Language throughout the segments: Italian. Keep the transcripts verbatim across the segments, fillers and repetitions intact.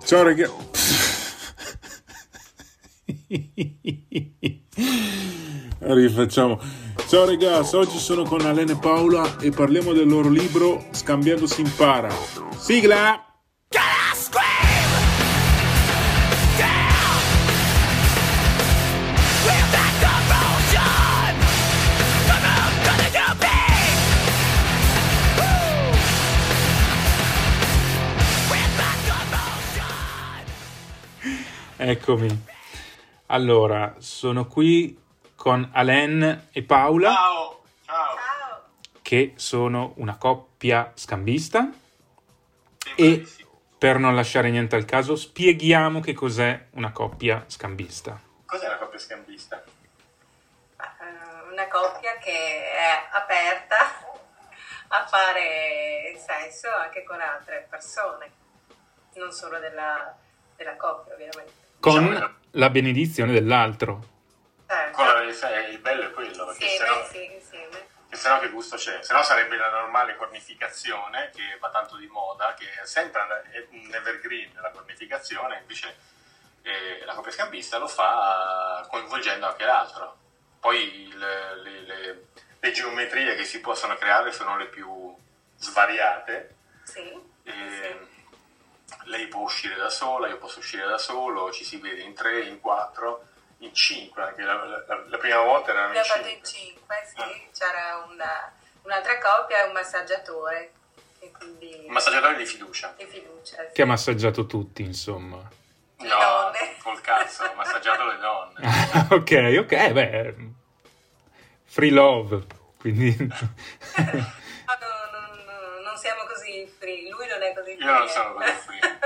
Ciao ragazzi. Rifacciamo. Ciao ragazzi, oggi sono con Alen e Paola e parliamo del loro libro Scambiando si impara. Sigla! Eccomi. Allora, sono qui con Alen e Paola. Ciao, ciao. Che sono una coppia scambista. Sì, E bravissimo. per non lasciare niente al caso, spieghiamo che cos'è una coppia scambista. Cos'è la coppia scambista? Una coppia che è aperta a fare sesso anche con altre persone, non solo della, della coppia, ovviamente. Con Diciamo- la benedizione dell'altro. Certo. Con la- eh, il bello è quello, perché Insieme, sennò, sì, insieme. che sennò che gusto c'è? Sennò sarebbe la normale cornificazione, che va tanto di moda, che è sempre un evergreen la cornificazione, invece eh, la coppia scambista lo fa coinvolgendo anche l'altro. Poi le, le- le- le geometrie che si possono creare sono le più svariate. Sì, E sì. lei può uscire da sola, io posso uscire da solo, ci si vede in tre, in quattro, in cinque, anche la, la- la prima volta erano in Abbiamo fatto in cinque. cinque, sì, Ah. c'era una, un'altra coppia e un massaggiatore, e quindi Un massaggiatore di fiducia. di fiducia. Sì. Che ha massaggiato tutti, insomma. Le No, donne. col cazzo, ho massaggiato le donne. ok, ok, beh. Free love. Quindi... No, no, no, no, non siamo così free, lui non è così free. Io non sono così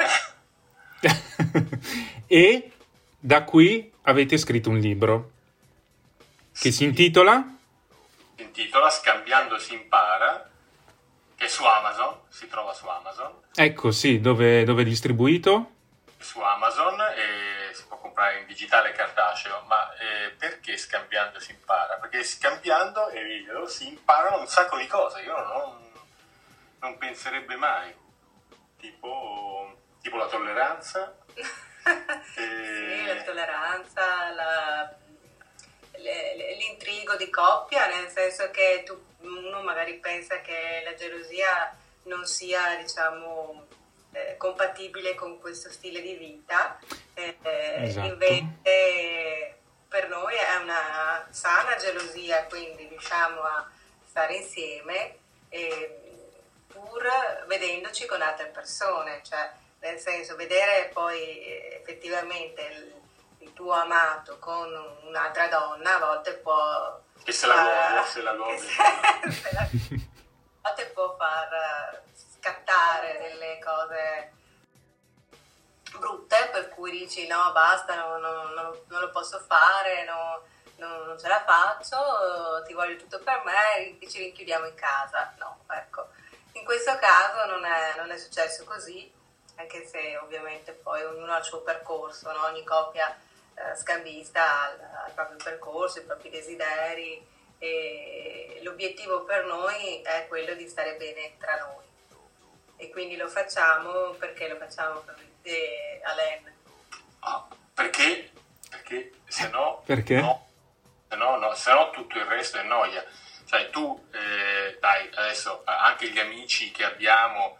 free. E da qui avete scritto un libro che si intitola Si intitola Scambiando si impara, che è su Amazon, si trova su Amazon. ecco sì, dove, dove è distribuito? Su Amazon e si può comprare in digitale e cartaceo, ma eh, perché scambiando si impara? Perché scambiando e video si imparano un sacco di cose, io non, non penserebbe mai, tipo, tipo la tolleranza. Sì, la tolleranza, la- le- le- l'intrigo di coppia, nel senso che tu, uno magari pensa che la gelosia non sia, diciamo, eh, compatibile con questo stile di vita, eh, Esatto. invece per noi è una sana gelosia, quindi riusciamo a stare insieme eh, pur vedendoci con altre persone, cioè nel senso vedere poi eh, effettivamente il, il tuo amato con un'altra donna a volte può Che se la far- gode, se la che gode. se- se la- a volte può far eh, scattare delle cose brutte per cui dici no basta, no, no, no, non lo posso fare, no, no, non ce la faccio, ti voglio tutto per me e ci rinchiudiamo in casa. No, ecco, in questo caso non è, non è successo così, anche se ovviamente poi ognuno ha il suo percorso, no? Ogni coppia eh, scambista ha il, ha il proprio percorso, i propri desideri e l'obiettivo per noi è quello di stare bene tra noi e quindi lo facciamo perché lo facciamo per te, Alen. Ah, perché? Perché se no, Perché? no, se no, no, se no tutto il resto è noia. Cioè tu, eh, dai, adesso eh, anche gli amici che abbiamo,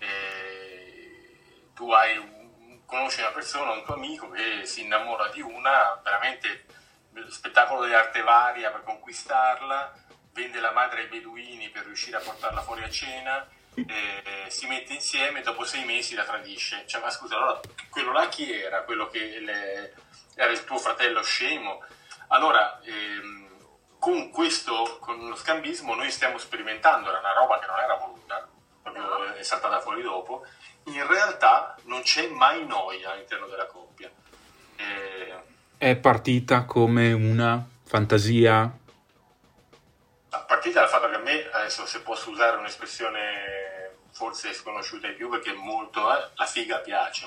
eh, tu hai un, conosci una persona, un tuo amico che si innamora di una, veramente spettacolo di arte varia per conquistarla, vende la madre ai beduini per riuscire a portarla fuori a cena, eh, si mette insieme, dopo sei mesi la tradisce. Cioè, ma scusa, allora quello là chi era? Quello che le, era il tuo fratello scemo? Allora, ehm, con questo, con lo scambismo, noi stiamo sperimentando, era una roba che non era voluta, proprio No. è saltata fuori dopo. In realtà non c'è mai noia all'interno della coppia. Eh, È partita come una fantasia. A partire dal fatto che a me, adesso se posso usare un'espressione forse sconosciuta ai più perché molto, eh, la figa piace.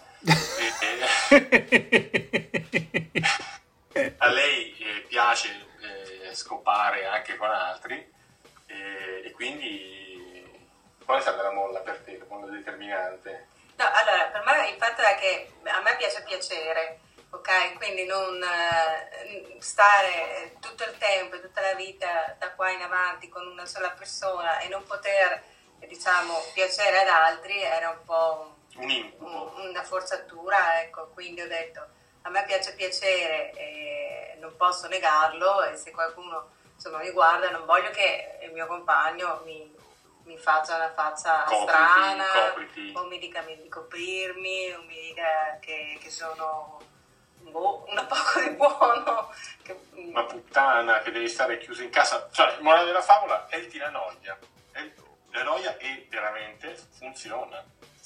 E- e- a lei eh, piace eh, scopare anche con altri e, e quindi qual è stata la molla per te, il mondo determinante? No, allora, per me il fatto è che a me piace piacere, ok? Quindi non eh, stare tutto il tempo, tutta la vita da qua in avanti con una sola persona e non poter, diciamo, piacere ad altri era un po' un incubo, un, una forzatura, ecco. Quindi ho detto, a me piace piacere e non posso negarlo, e se qualcuno insomma mi guarda non voglio che il mio compagno mi, mi faccia una faccia copriti, strana, copriti. o mi dica di coprirmi, o mi dica che, che sono boh, una poco di buono, che, una puttana, che devi stare chiuso in casa. Cioè, il morale della favola è il tiranoia, è il, la noia, e veramente funziona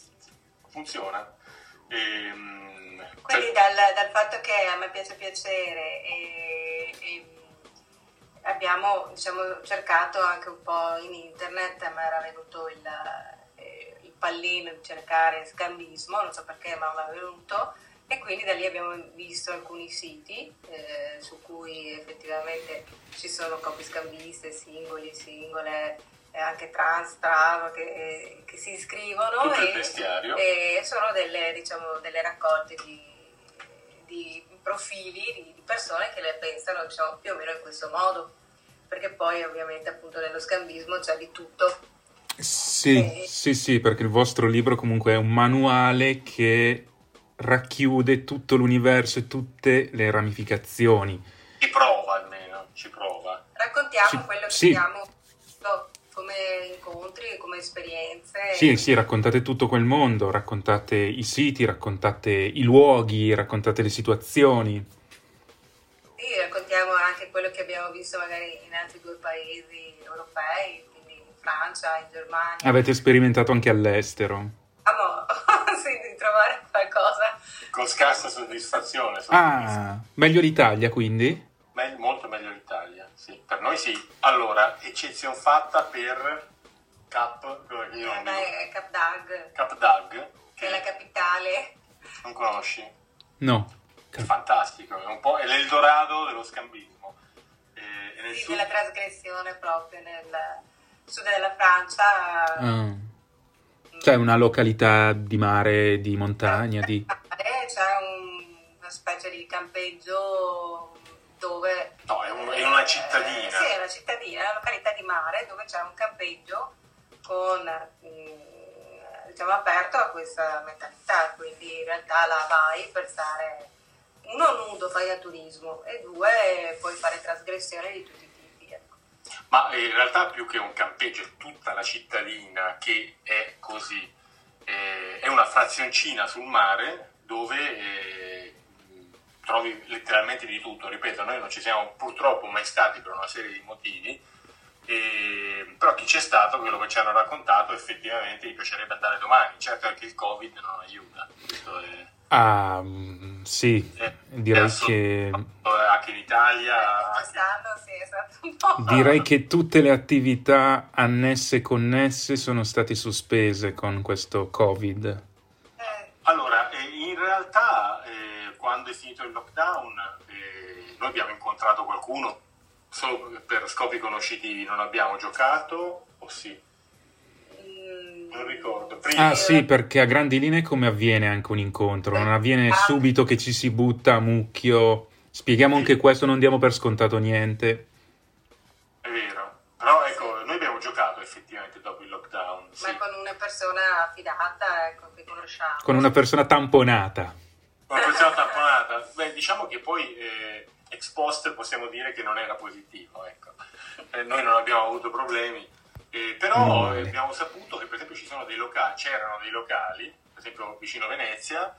funziona e, quindi cioè, dal, dal fatto che a me piace piacere e, e abbiamo, diciamo, cercato anche un po' in internet, a me era venuto il, eh, il pallino di cercare scambismo, non so perché, ma mi è venuto, e quindi da lì abbiamo visto alcuni siti eh, su cui effettivamente ci sono coppie scambiste, singoli, singole, eh, anche trans, trans che, eh, che si iscrivono, tutto il e, bestiario. e sono delle, diciamo, delle raccolte di, di profili di, di persone che le pensano, diciamo, più o meno in questo modo, perché poi ovviamente appunto nello scambismo c'è di tutto. Sì, e... sì, sì, perché il vostro libro comunque è un manuale che racchiude tutto l'universo e tutte le ramificazioni. Ci prova almeno, ci prova. Raccontiamo Ci- quello che sì. abbiamo visto come incontri, come esperienze. Sì, sì, raccontate tutto quel mondo, raccontate i siti, raccontate i luoghi, raccontate le situazioni. Sì, raccontiamo anche quello che abbiamo visto magari in altri due paesi europei, quindi in Francia, in Germania. Avete sperimentato anche all'estero. Amo, sì, di trovare qualcosa. Con scarsa soddisfazione. Ah, meglio l'Italia quindi? Meglio, molto meglio l'Italia, sì. Per noi sì. Allora, eccezione fatta per Cap, io non dico, Eh, Cap d'Agde, Cap d'Agde, che è la capitale. non conosci? No. È fantastico, è un po' è l'Eldorado dello scambismo. E, e nel Sì, sud- della trasgressione proprio nel sud della Francia. Ah. Cioè una località di mare, di montagna, di... C'è un, una specie di campeggio dove... No, è, un- è una cittadina. Eh, sì, è una cittadina, una località di mare dove c'è un campeggio con, mh, diciamo, aperto a questa mentalità, quindi in realtà là vai per stare, uno, nudo, fai da turismo, e due, puoi fare trasgressioni di tutti i tipi, ecco. Ma in realtà più che un campeggio è tutta la cittadina che è così, eh, è una frazioncina sul mare dove eh, trovi letteralmente di tutto. Ripeto, noi non ci siamo purtroppo mai stati per una serie di motivi, eh, però chi c'è stato, quello che ci hanno raccontato, effettivamente gli piacerebbe andare domani. Certo è che il Covid non aiuta, questo è... Ah, mm, sì, è- direi è che... anche in Italia, anche- Quest'anno sì, è stato un po'... Direi che tutte le attività annesse e connesse sono state sospese con questo Covid. Eh, Allora, eh, in realtà eh, quando è finito il lockdown eh, noi abbiamo incontrato qualcuno, solo per scopi conoscitivi. Non abbiamo giocato, o sì? mm, Non ricordo. Prima, Ah sì, perché a grandi linee come avviene anche un incontro? Non avviene subito che ci si butta a mucchio. Spieghiamo anche questo, non diamo per scontato niente. è vero, però ecco, noi abbiamo giocato effettivamente dopo il lockdown, sì. ma con una persona fidata, ecco, che conosciamo. Con una persona tamponata. Una persona tamponata. Beh, diciamo che poi eh, ex post possiamo dire che non era positivo, ecco. Eh, noi non abbiamo avuto problemi, eh, però No. eh, abbiamo saputo che per esempio ci sono dei locali, c'erano dei locali, per esempio vicino Venezia,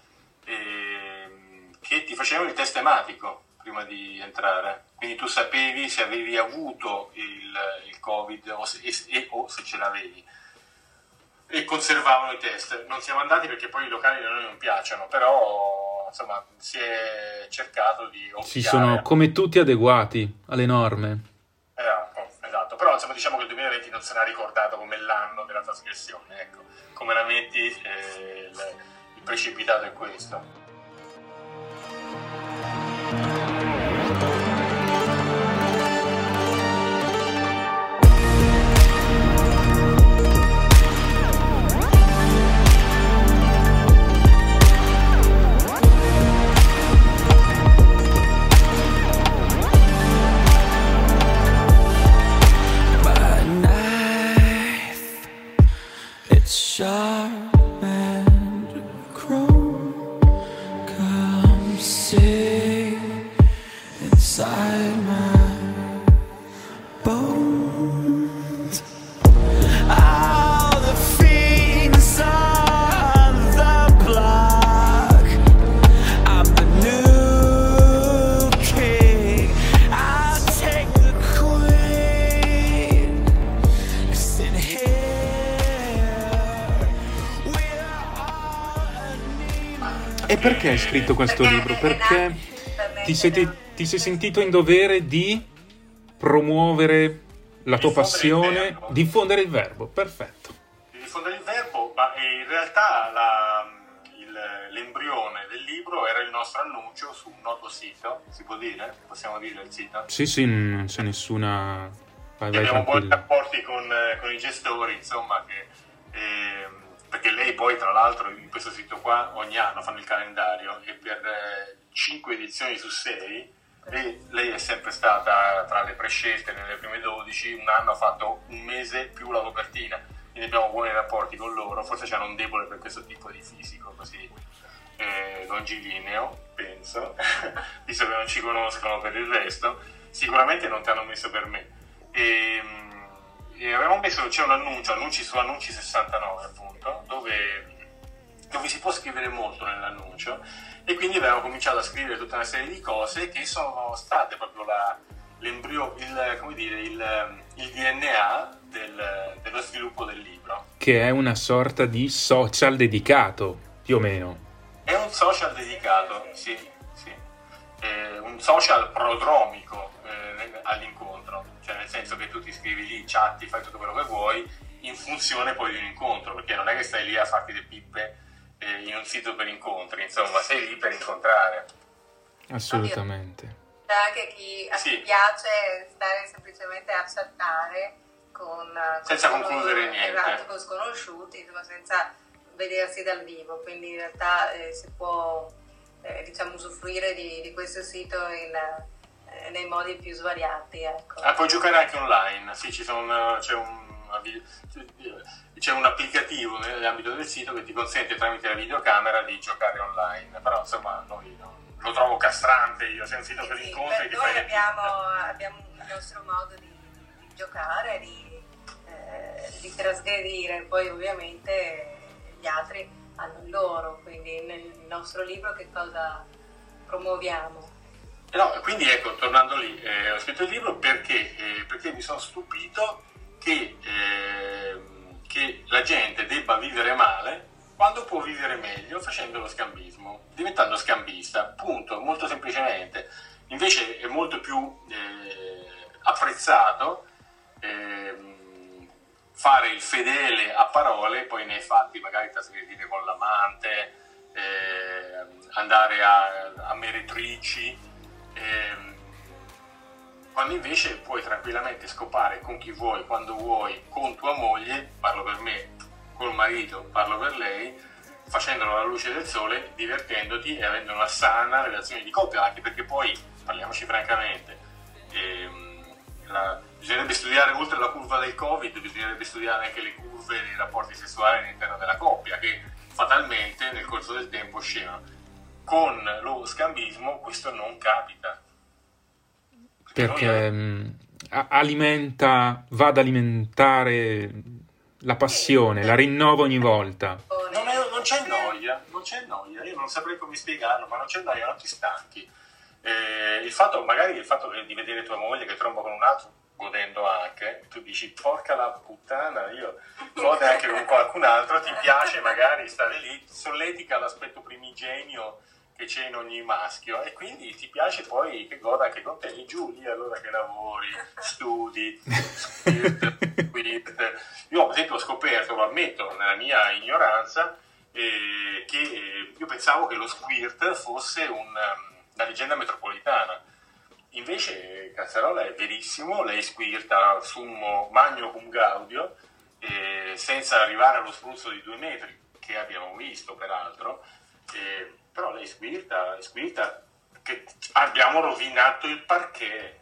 ehm, che ti facevano il test ematico prima di entrare, quindi tu sapevi se avevi avuto il, il Covid o se, e, o se ce l'avevi, e conservavano i test. Non siamo andati perché poi i locali a noi non piacciono, però insomma si è cercato di ovviare. Si sono come tutti adeguati alle norme. Esatto, esatto. Però insomma diciamo che il duemilaventi non sarà ricordato come l'anno della trasgressione, ecco. Come la metti, eh, il, il precipitato è questo. E perché hai scritto questo Perché libro? è Perché nato ti sei, da- ti sei sentito in dovere di promuovere la tua Diffondere il passione, verbo. diffondere il verbo, perfetto. Di diffondere il verbo, ma in realtà la, il- l'embrione del libro era il nostro annuncio su un noto sito, si può dire? Possiamo dire il sito? Sì, sì, non c'è nessuna... Vai, vai Abbiamo buoni tranquillo. rapporti con, eh, con i gestori, insomma, che, ehm, perché lei poi tra l'altro in questo sito qua ogni anno fanno il calendario e per eh, cinque edizioni su sei lei, lei è sempre stata tra le prescelte nelle prime dodici, un anno ha fatto un mese più la copertina, quindi abbiamo buoni rapporti con loro, forse c'hanno un debole per questo tipo di fisico così eh, longilineo, penso, visto che non ci conoscono per il resto, sicuramente non ti hanno messo per me. E, e avevamo messo, c'è un annuncio, annunci su Annunci sessantanove appunto, dove, dove si può scrivere molto nell'annuncio, e quindi avevamo cominciato a scrivere tutta una serie di cose che sono state proprio la, l'embrio, il, come dire, il, il D N A del, dello sviluppo del libro. Che è una sorta di social dedicato, più o meno. È un social dedicato, sì, sì. È un social prodromico eh, all'incontro, cioè nel senso che tu ti iscrivi lì, chatti, fai tutto quello che vuoi in funzione poi di un incontro, perché non è che stai lì a farti le pippe eh, in un sito per incontri, insomma, sei lì per incontrare. Assolutamente. C'è anche chi, a chi Sì. piace stare semplicemente a chattare con, con Senza scono- concludere niente. esatto, con sconosciuti, insomma, senza vedersi dal vivo, quindi in realtà eh, si può eh, diciamo usufruire di, di questo sito in, eh, nei modi più svariati, ecco. Ah, puoi giocare anche online, sì, ci sono, c'è un c'è un applicativo nell'ambito del sito che ti consente tramite la videocamera di giocare online, però insomma noi no, lo trovo castrante, io sei un sito per Sì, incontri per ti noi fai le abbiamo, pippe. abbiamo il nostro modo di, di giocare, di, eh, di trasgredire, poi ovviamente gli altri hanno il loro, quindi nel nostro libro che cosa promuoviamo? No, quindi ecco, tornando lì, eh, ho scritto il libro perché, eh, perché mi sono stupito che, eh, che la gente debba vivere male quando può vivere meglio facendo lo scambismo, diventando scambista, punto, molto semplicemente. Invece è molto più eh, apprezzato eh, fare il fedele a parole, poi nei fatti magari trasgredire con l'amante, eh, andare a, a meretrici, eh, quando invece puoi tranquillamente scopare con chi vuoi, quando vuoi, con tua moglie, parlo per me, col marito, parlo per lei, facendolo alla luce del sole, divertendoti e avendo una sana relazione di coppia, anche perché poi, parliamoci francamente, ehm, la, bisognerebbe studiare oltre la curva del Covid, bisognerebbe studiare anche le curve dei rapporti sessuali all'interno della coppia, che fatalmente nel corso del tempo scemano. Con lo scambismo questo non capita. Perché mh, a- alimenta, va ad alimentare la passione, la rinnova ogni volta. Non, è, non c'è noia, non c'è noia, io non saprei come spiegarlo, ma non c'è noia, non ti stanchi. Eh, il fatto, magari il fatto di vedere tua moglie che tromba con un altro, godendo anche, tu dici porca la puttana, io gode anche con qualcun altro, ti piace magari stare lì, solletica l'aspetto primigenio che c'è in ogni maschio e quindi ti piace poi che goda anche con te, e giù lì allora che lavori, studi, squirt, squirt. Io ad esempio ho scoperto, lo ammetto nella mia ignoranza, eh, che eh, io pensavo che lo squirt fosse un, um, una leggenda metropolitana. Invece Cazzarola è verissimo, lei squirta summo magno cum gaudio, eh, senza arrivare allo spruzzo di due metri, che abbiamo visto peraltro, eh, però lei squirta, squirta, che abbiamo rovinato il parquet.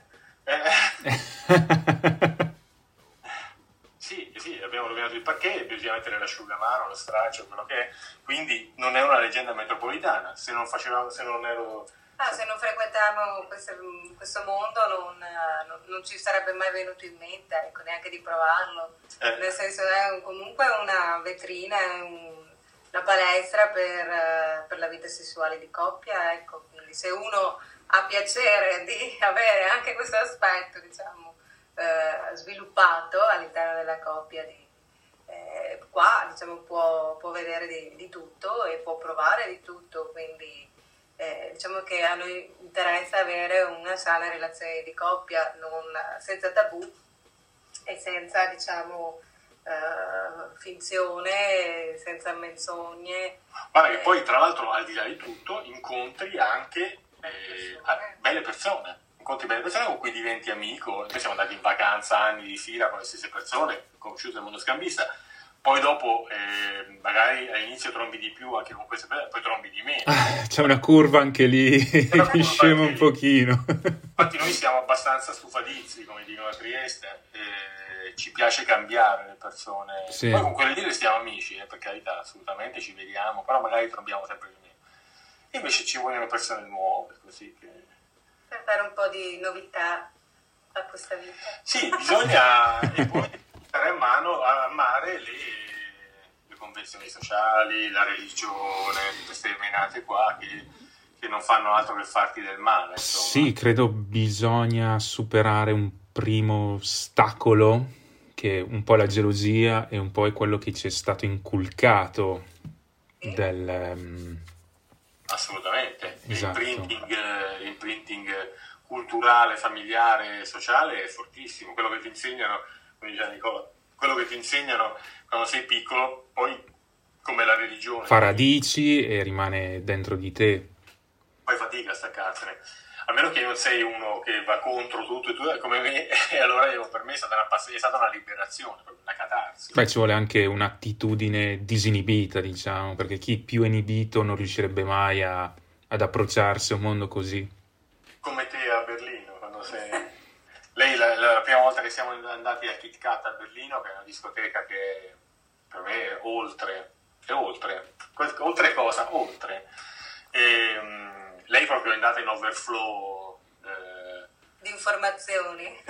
Eh. Sì, sì, abbiamo rovinato il parquet, bisogna mettere l'asciugamano, lo straccio, quello che è, quindi non è una leggenda metropolitana, se non facevamo, se non ero... Ah, se non frequentavamo questo, questo mondo non, non, non ci sarebbe mai venuto in mente, ecco, neanche di provarlo. Eh. Nel senso è un, comunque una vetrina, è un, una palestra per, per la vita sessuale di coppia, ecco. Quindi se uno ha piacere di avere anche questo aspetto, diciamo, eh, sviluppato all'interno della coppia, di, eh, qua diciamo può, può vedere di, di tutto e può provare di tutto, quindi eh, diciamo che a noi interessa avere una sana relazione di coppia, non, senza tabù e senza diciamo uh, finzione, senza menzogne. Guarda che poi tra l'altro al di là di tutto incontri anche eh, belle persone, incontri belle persone con cui diventi amico. Noi siamo andati in vacanza anni di fila con le stesse persone, conosciute nel mondo scambista, poi dopo eh, magari all'inizio trombi di più anche con queste persone, poi trombi di meno. Ah, c'è una curva anche lì che scema un pochino. Infatti noi siamo abbastanza stufadizzi, come dicono a Trieste, eh, ci piace cambiare le persone. Sì. Poi con quelle lì restiamo amici, eh, per carità, assolutamente ci vediamo, però magari trombiamo sempre di meno. E invece ci vogliono persone nuove, così che... per dare un po' di novità a questa vita. Sì, bisogna e poi dare a mano a amare le, le convenzioni sociali, la religione, queste menate qua che, che non fanno altro che farti del male. Insomma. Sì, credo bisogna superare un primo ostacolo che è un po' la gelosia e un po' è quello che ci è stato inculcato Sì. del... Um... Assolutamente, Esatto. l'imprinting, l'imprinting culturale, familiare, sociale è fortissimo. Quello che ti insegnano, come diceva Nicola, quello che ti insegnano quando sei piccolo, poi come la religione. fa radici e rimane dentro di te. Poi fatica a staccarsene. A meno che non sei uno che va contro tutto e tu come me, e allora io, per me è stata, una, pass- è stata una liberazione, una catarsi. Beh, ci vuole anche un'attitudine disinibita, diciamo, perché chi più è inibito non riuscirebbe mai a, ad approcciarsi a un mondo così. Come te a Berlino, quando sei... Lei la, la prima volta che siamo andati a Kit Kat a Berlino, che è una discoteca che per me è oltre, è oltre, oltre cosa? Oltre. E, um, lei proprio è andata in overflow eh, Di informazioni.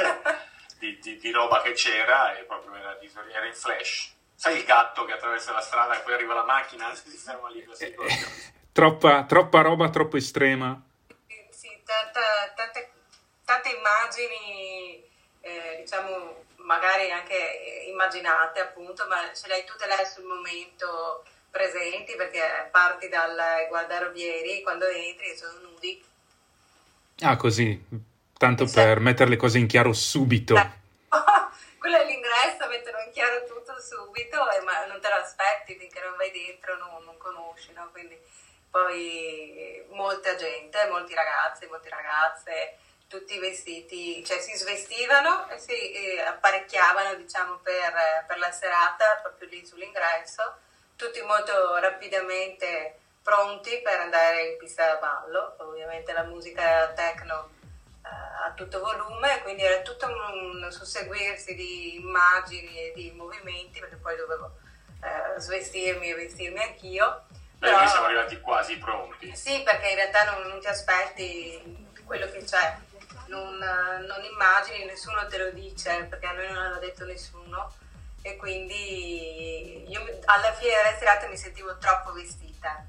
di, di, di roba che c'era e proprio era, era in flash. Sai il gatto che attraversa la strada e poi arriva la macchina si ferma lì così. Troppa, troppa roba, troppo estrema. Sì, tanta, tante, tante immagini, eh, diciamo, magari anche immaginate appunto, ma ce le hai tutte là sul momento presenti, perché parti dal guardare Rubieri, quando entri e sono nudi. Ah, così, tanto Sì. per mettere le cose in chiaro subito. Quello è l'ingresso, mettono in chiaro tutto subito, e ma non te lo aspetti finché non vai dentro, non, non conosci, no? Quindi poi molta gente, molti ragazzi, molte ragazze, tutti vestiti, cioè si svestivano e si eh, apparecchiavano, diciamo, per, per la serata proprio lì sull'ingresso, tutti molto rapidamente pronti per andare in pista da ballo. Ovviamente la musica era techno eh, a tutto volume, quindi era tutto un susseguirsi di immagini e di movimenti, perché poi dovevo eh, svestirmi e vestirmi anch'io. Beh, Però, noi siamo arrivati quasi pronti. sì, perché in realtà non, non ti aspetti quello che c'è, non, non immagini, nessuno te lo dice, perché a noi non l'ha detto nessuno, e quindi io alla fine della serata mi sentivo troppo vestita.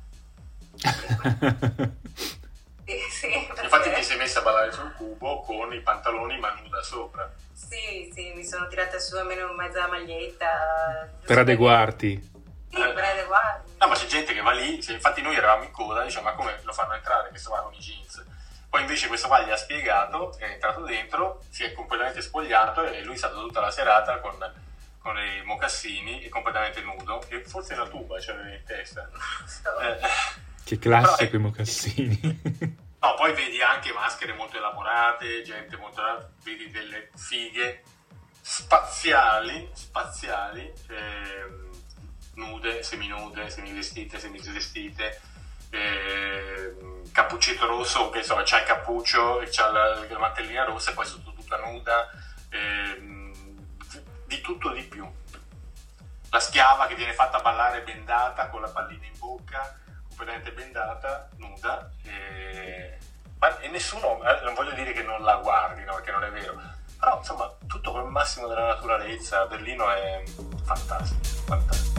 Sì, sì, perché... Infatti ti sei messa a ballare sul cubo con i pantaloni ma nuda sopra. Sì, sì, mi sono tirata su almeno mezza maglietta. Per adeguarti. Sì, per adeguarmi. No, ma c'è gente che va lì, se infatti noi eravamo in coda, diciamo, ma come lo fanno entrare questo qua con i jeans? Poi invece questo qua gli ha spiegato, è entrato dentro, si è completamente spogliato e lui è stato tutta la serata con, con i mocassini e completamente nudo, e forse la tuba c'aveva in testa. So. Eh, Che classe Però, quei mocassini. no, poi vedi anche maschere molto elaborate, gente molto... vedi delle fighe spaziali, spaziali, ehm, nude, seminude, semivestite, semivestite, eh, cappuccetto rosso, che so, c'ha il cappuccio e c'ha la, la mantellina rossa e poi sotto tutta nuda, eh, di tutto di più. La schiava che viene fatta ballare bendata con la pallina in bocca, completamente bendata, nuda, e, ma, e nessuno, eh, non voglio dire che non la guardi, no, perché non è vero, però insomma tutto col massimo della naturalezza. Berlino è fantastico, fantastico.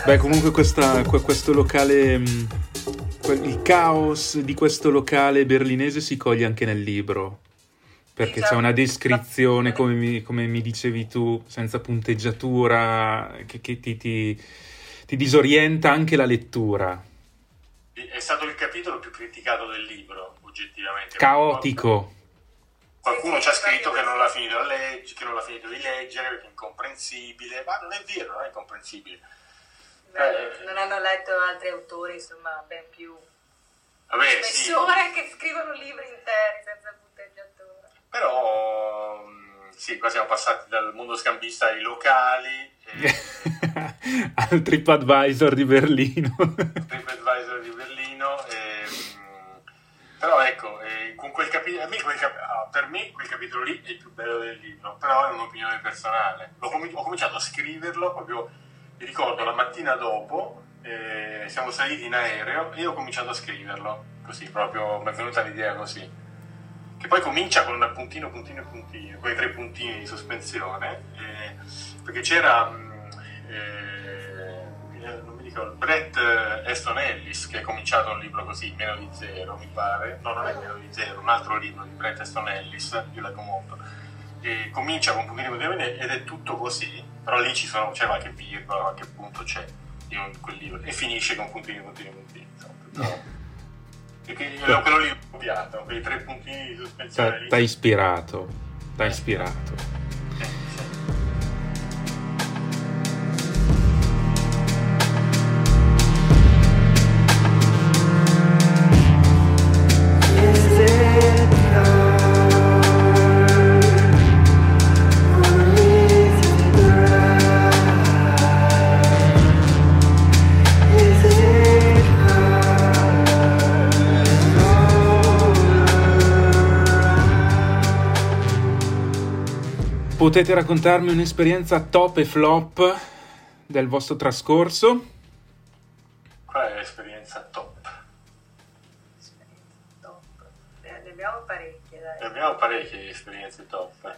Beh, comunque questa, que- questo locale, mh, que- il caos di questo locale berlinese si coglie anche nel libro, perché c'è una descrizione, come mi, come mi dicevi tu, senza punteggiatura, che, che ti, ti, ti disorienta anche la lettura. È stato il capitolo più criticato del libro, oggettivamente. Caotico. Qualcuno ci ha scritto che non l'ha finito, a legge, che non l'ha finito di leggere perché è incomprensibile, ma non è vero, non è incomprensibile. Eh, non hanno letto altri autori, insomma, ben più vabbè, spessore, sì, che scrivono libri interi senza punteggiatura. Però, sì, qua siamo passati dal mondo scambista ai locali. E... al TripAdvisor di Berlino. TripAdvisor di Berlino. E... Però ecco, eh, con quel capitolo, cap- ah, per me quel capitolo lì è il più bello del libro, però è un'opinione personale. L'ho com- ho cominciato a scriverlo proprio, mi ricordo, la mattina dopo, eh, siamo saliti in aereo e io ho cominciato a scriverlo, così proprio mi è venuta l'idea così. Che poi comincia con un puntino, puntino, puntino, quei tre puntini di sospensione, eh, perché c'era... Eh, non mi ricordo, Bret Easton Ellis, che ha cominciato un libro così, Meno di zero mi pare, no, non è Meno di zero, un altro libro di Bret Easton Ellis, io leggo molto, e comincia con puntini, puntini ed è tutto così, però lì ci sono, c'è qualche virgola, qualche punto c'è in quel libro, e finisce con puntini, puntini, puntini, insomma, perché quello lì l'ho copiato, quei tre puntini di sospensione lì. T'ha ispirato, t'ha ispirato. Potete raccontarmi un'esperienza top e flop del vostro trascorso? Qual è l'esperienza top? Esperienza top. Eh, ne abbiamo parecchie, dai. Ne abbiamo parecchie esperienze top.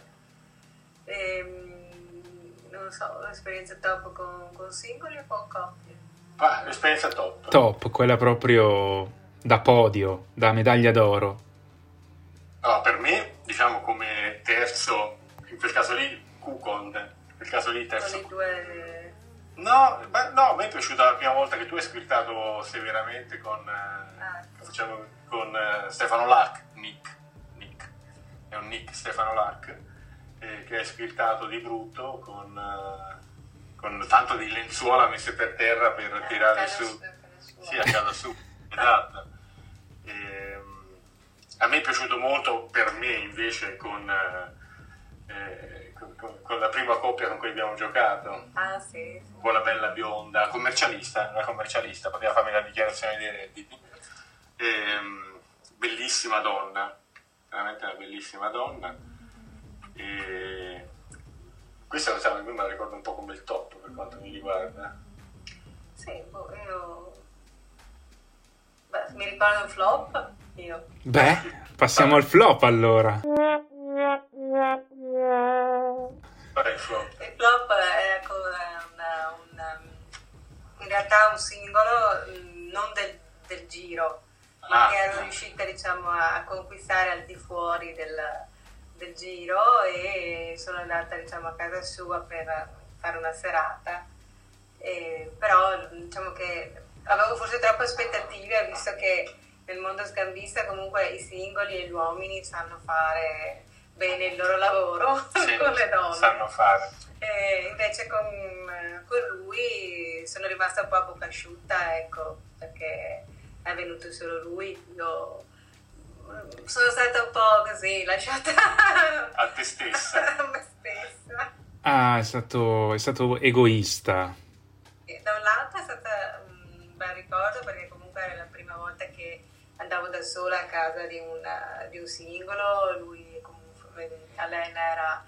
Ehm, non so, l'esperienza top con, con singoli o con coppie? Ah, l'esperienza top. Top, quella proprio da podio, da medaglia d'oro. Allora, per me, diciamo come terzo, in quel caso lì, Kukon, in quel caso lì terzo. Sono i due... No, ma, no, a me è piaciuta la prima volta che tu hai scrittato severamente con, Ah, eh, facciamo, con eh, Stefano Lark, Nick, Nick, è un Nick Stefano Lark, eh, che hai scrittato di brutto con, eh, con tanto di lenzuola messe per terra per eh, tirare casa su, su- casa sua. sì, a casa su, esatto. Ehm, a me è piaciuto molto, per me invece, con... Eh, Eh, con, con, con la prima coppia con cui abbiamo giocato, Ah, sì. con la bella bionda, commercialista, una commercialista, poteva farmi la dichiarazione dei redditi. Ehm, bellissima donna, veramente una bellissima donna. E questa lo so, me la ricordo un po' come il top per quanto mi riguarda. Sì, boh, io... Beh, mi ricordo un flop, io. Beh, passiamo al flop allora. Qual è il flop? Il flop è come una, una, in realtà un singolo mh, non del, del giro, ma Ah. che ero riuscita, diciamo, a conquistare al di fuori del, del giro, e sono andata, diciamo, a casa sua per fare una serata. E, però diciamo che avevo forse troppe aspettative, visto che nel mondo scambista comunque i singoli e gli uomini sanno fare bene il loro lavoro Sì, con le donne. sanno fare. E invece con, con lui sono rimasta un po' a bocca asciutta, ecco, perché è venuto solo lui. Io sono stata un po' così, lasciata A te stessa. a me stessa. Ah, è stato, è stato egoista. E da un lato è stato un bel ricordo, perché comunque era la prima volta che andavo da sola a casa di, una, di un singolo. Lui comunque, Alain era,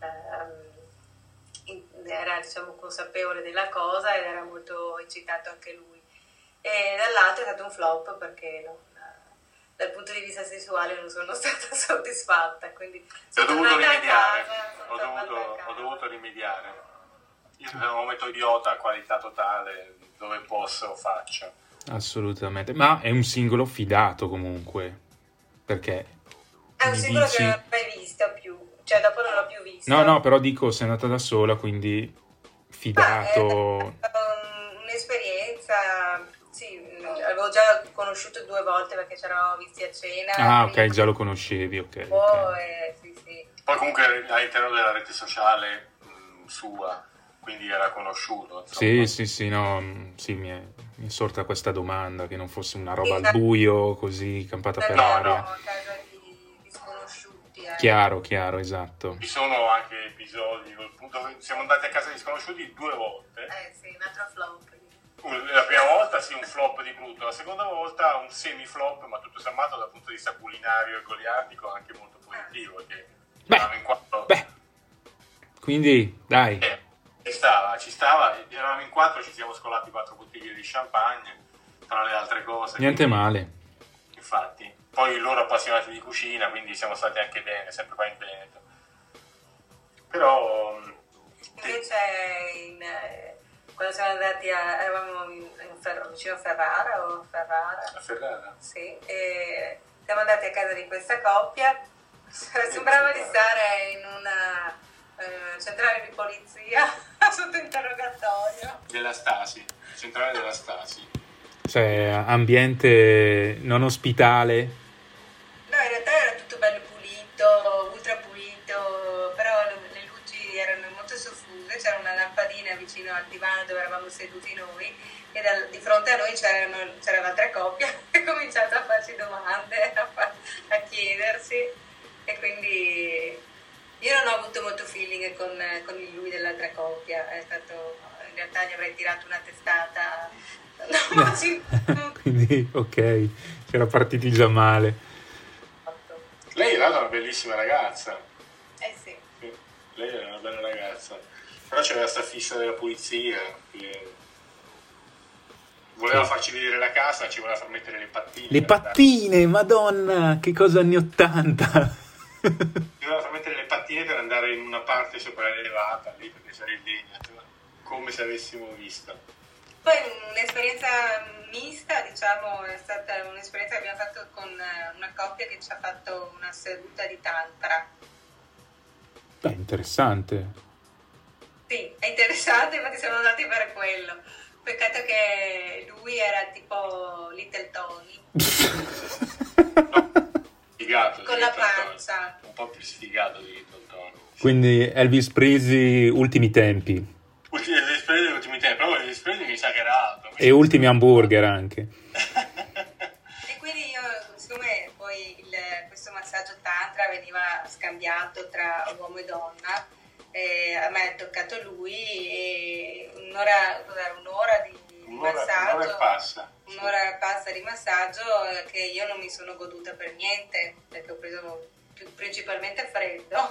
ehm, era diciamo consapevole della cosa ed era molto eccitato anche lui. E dall'altro è stato un flop, perché non, dal punto di vista sessuale non sono stata soddisfatta, quindi Ho sono dovuto tornata a rimediare, casa, sono ho tornata dovuto, a casa. ho dovuto rimediare. Io sono un momento idiota, qualità totale, dove posso faccio. Assolutamente, ma è un singolo fidato comunque, perché È un mi singolo dici... che non ho mai visto più, cioè dopo non l'ho più visto. No, no, però dico, sei andata da sola, quindi fidato... Ma è um, un'esperienza, sì, l'avevo già conosciuto due volte perché ci eravamo visti a cena. Ah, ok, prima. già lo conoscevi, ok. Oh, ok. eh, sì, sì. Poi comunque all'interno della rete sociale mh, sua, quindi era conosciuto. Sì, sì, sì, no, mh, sì, mi è, mi è sorta questa domanda, che non fosse una roba al Esatto. buio, così, campata per No, aria. no, a casa di, di sconosciuti. Eh. Chiaro, chiaro, esatto. Ci sono anche episodi dove siamo andati a casa di sconosciuti due volte. Eh sì, un altro flop. La prima volta sì, un flop di brutto, la seconda volta un semi-flop, ma tutto sommato dal punto di vista culinario e goliardico anche molto positivo, perché Beh, eravamo in quattro. Beh, quindi, dai. Eh, ci stava, ci stava, eravamo in quattro, ci siamo scolati quattro bottiglie di champagne, tra le altre cose. Niente quindi, male. Infatti, poi loro appassionati di cucina, quindi siamo stati anche bene, sempre qua in Veneto. Però... Invece in, eh, quando siamo andati a, eravamo in, in Fer- vicino a Ferrara o Ferrara? A Ferrara? Sì, e siamo andati a casa di questa coppia, sembrava di stare in una eh, centrale di polizia sotto interrogatorio. Della Stasi, centrale della Stasi. Cioè, ambiente non ospitale. No, in realtà era tutto bello pulito, ultra pulito, però le, le luci erano molto soffuse, c'era una lampadina vicino al divano dove eravamo seduti noi e dal, di fronte a noi c'erano, c'era un'altra coppia che ha cominciato a farci domande, a, fa, a chiedersi, e quindi io non ho avuto molto feeling con, con il lui dell'altra coppia, è stato, in realtà gli avrei tirato una testata. No, ma ci... Quindi, ok, c'era partiti già male. Lei era una bellissima ragazza. Eh sì. Sì, lei era una bella ragazza. Però c'era sta fissa della polizia che voleva farci vedere la casa, ci voleva far mettere le pattine. Le pattine, madonna, che cosa anni ottanta. Ci voleva far mettere le pattine per andare in una parte sopraelevata lì perché c'era il legno, come se avessimo visto. Poi un'esperienza mista, diciamo, è stata un'esperienza che abbiamo fatto con una coppia che ci ha fatto una seduta di tantra. Beh, interessante. Sì, è interessante, infatti siamo andati per quello. Peccato che lui era tipo Little Tony. No, sfigato. Con la pancia. Un po' più sfigato di Little Tony. Quindi Elvis Presley, ultimi tempi. Ultimi Presley degli ultimi tempi, però Elvis Presley mi sa che era alto. E ultimi hamburger anche. E quindi io, siccome poi il, questo massaggio tantra veniva scambiato tra uomo e donna, e a me è toccato lui e un'ora, cos'era, un'ora di un'ora, massaggio, un'ora e passa. un'ora e passa di massaggio che io non mi sono goduta per niente perché ho preso principalmente freddo.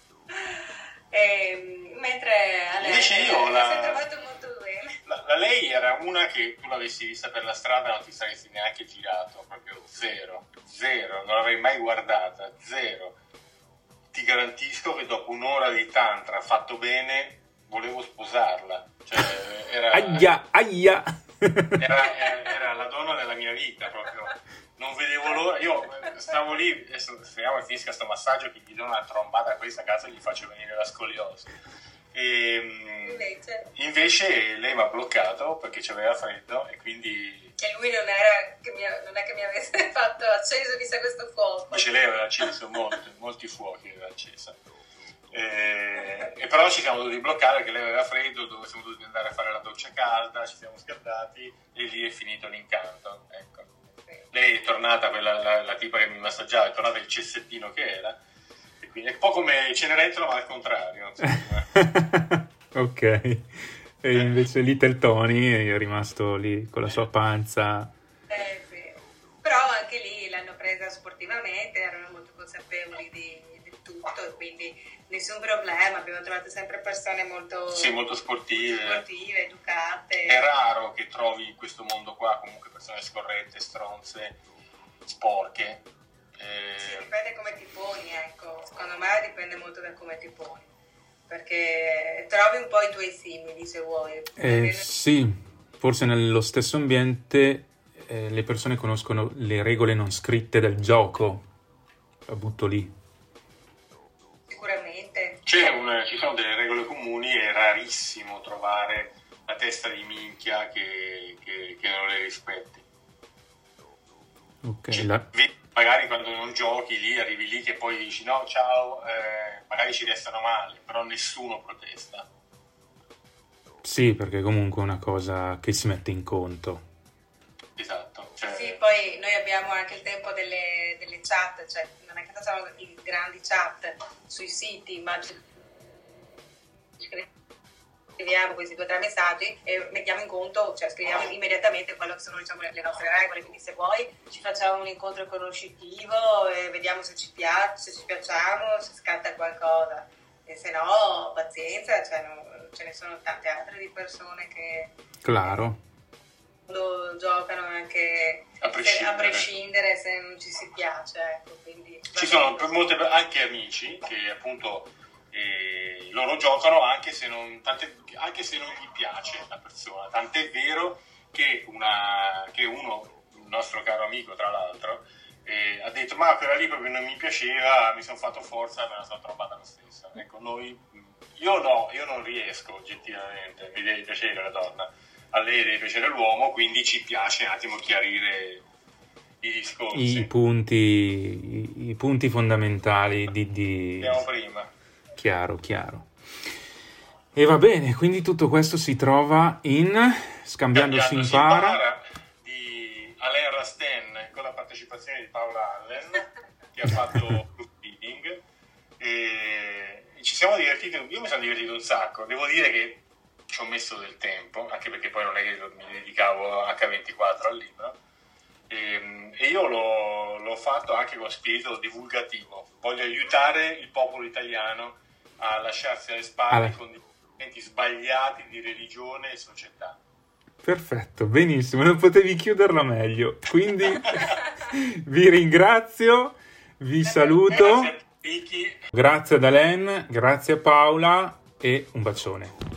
E, mentre a lei invece io si la... è trovato molto bene. La, la lei era una che tu l'avessi vista per la strada non ti saresti neanche girato, proprio zero, zero, non l'avrei mai guardata, zero. Ti garantisco che dopo un'ora di tantra fatto bene volevo sposarla, cioè era, Aia, aia. era, era, era la donna della mia vita proprio. Non vedevo l'ora, io stavo lì, adesso speriamo che finisca sto massaggio che gli do una trombata a questa casa e gli faccio venire la scoliosi. E, invece? invece lei mi ha bloccato perché c'aveva freddo e quindi... E lui non era che mi, non è che mi avesse fatto acceso chissà questo fuoco. Invece lei aveva acceso molti, molti fuochi, aveva acceso. E, e però ci siamo dovuti bloccare perché lei aveva freddo, dove siamo dovuti andare a fare la doccia calda, ci siamo scaldati e lì è finito l'incanto, ecco. Lei è tornata, quella, la, la tipa che mi massaggiava, è tornata il cessettino che era, e quindi è un po' come Cenerentola ma al contrario. Ok, e invece Little Tony è rimasto lì con la sua panza. Eh sì, però anche lì l'hanno presa sportivamente, erano molto consapevoli di, di tutto e quindi nessun problema, abbiamo trovato sempre persone molto, sì, molto sportive. sportive, educate. È raro che trovi in questo mondo qua comunque persone scorrette, stronze, sporche. Eh... Sì, dipende come ti poni, ecco, secondo me dipende molto da come ti poni. perché trovi un po' i tuoi simili, se vuoi. Eh, sì, forse nello stesso ambiente eh, le persone conoscono le regole non scritte del gioco, la butto lì. Sicuramente. C'è un, ci sono delle regole comuni, è rarissimo trovare la testa di minchia che, che, che non le rispetti. Ok, Cioè, la... magari quando non giochi lì, arrivi lì che poi dici no, ciao, eh, magari ci restano male, però nessuno protesta. Sì, perché comunque è una cosa che si mette in conto. Esatto. Cioè... Sì, poi noi abbiamo anche il tempo delle, delle chat, cioè non è che facciamo i grandi chat sui siti, ma scriviamo questi due o tre messaggi e mettiamo in conto, cioè scriviamo immediatamente quello che sono, diciamo, le nostre regole, quindi se vuoi ci facciamo un incontro conoscitivo e vediamo se ci piace, se ci piacciamo, se scatta qualcosa, e se no pazienza, cioè non, ce ne sono tante altre di persone che Claro. lo giocano anche a prescindere. se, a prescindere se non ci si piace, ecco, quindi ci sono per molte anche amici che appunto e loro giocano anche se non tante, anche se non gli piace la persona, tant'è vero che, una, che uno, il nostro caro amico tra l'altro, eh, ha detto ma quella lì proprio non mi piaceva, mi sono fatto forza e me la sono trovata lo stesso. Ecco, noi, io no, io non riesco oggettivamente, mi deve piacere la donna, a lei deve piacere l'uomo, quindi ci piace un attimo chiarire i discorsi, I punti, i, i punti fondamentali di, di... Andiamo prima. Chiaro, chiaro. E va bene, quindi tutto questo si trova in Scambiando si impara di Alain Rasten con la partecipazione di Paola Allen che ha fatto group reading e ci siamo divertiti, io mi sono divertito un sacco, devo dire che ci ho messo del tempo, anche perché poi non è che mi dedicavo acca ventiquattro al libro e, e io l'ho, l'ho fatto anche con spirito divulgativo, voglio aiutare il popolo italiano a lasciarsi alle spalle i condizionamenti sbagliati di religione e società. Perfetto, benissimo, non potevi chiuderla meglio. Quindi vi ringrazio, vi saluto. Grazie a Vicky. Grazie ad Alain, grazie a Paola e un bacione.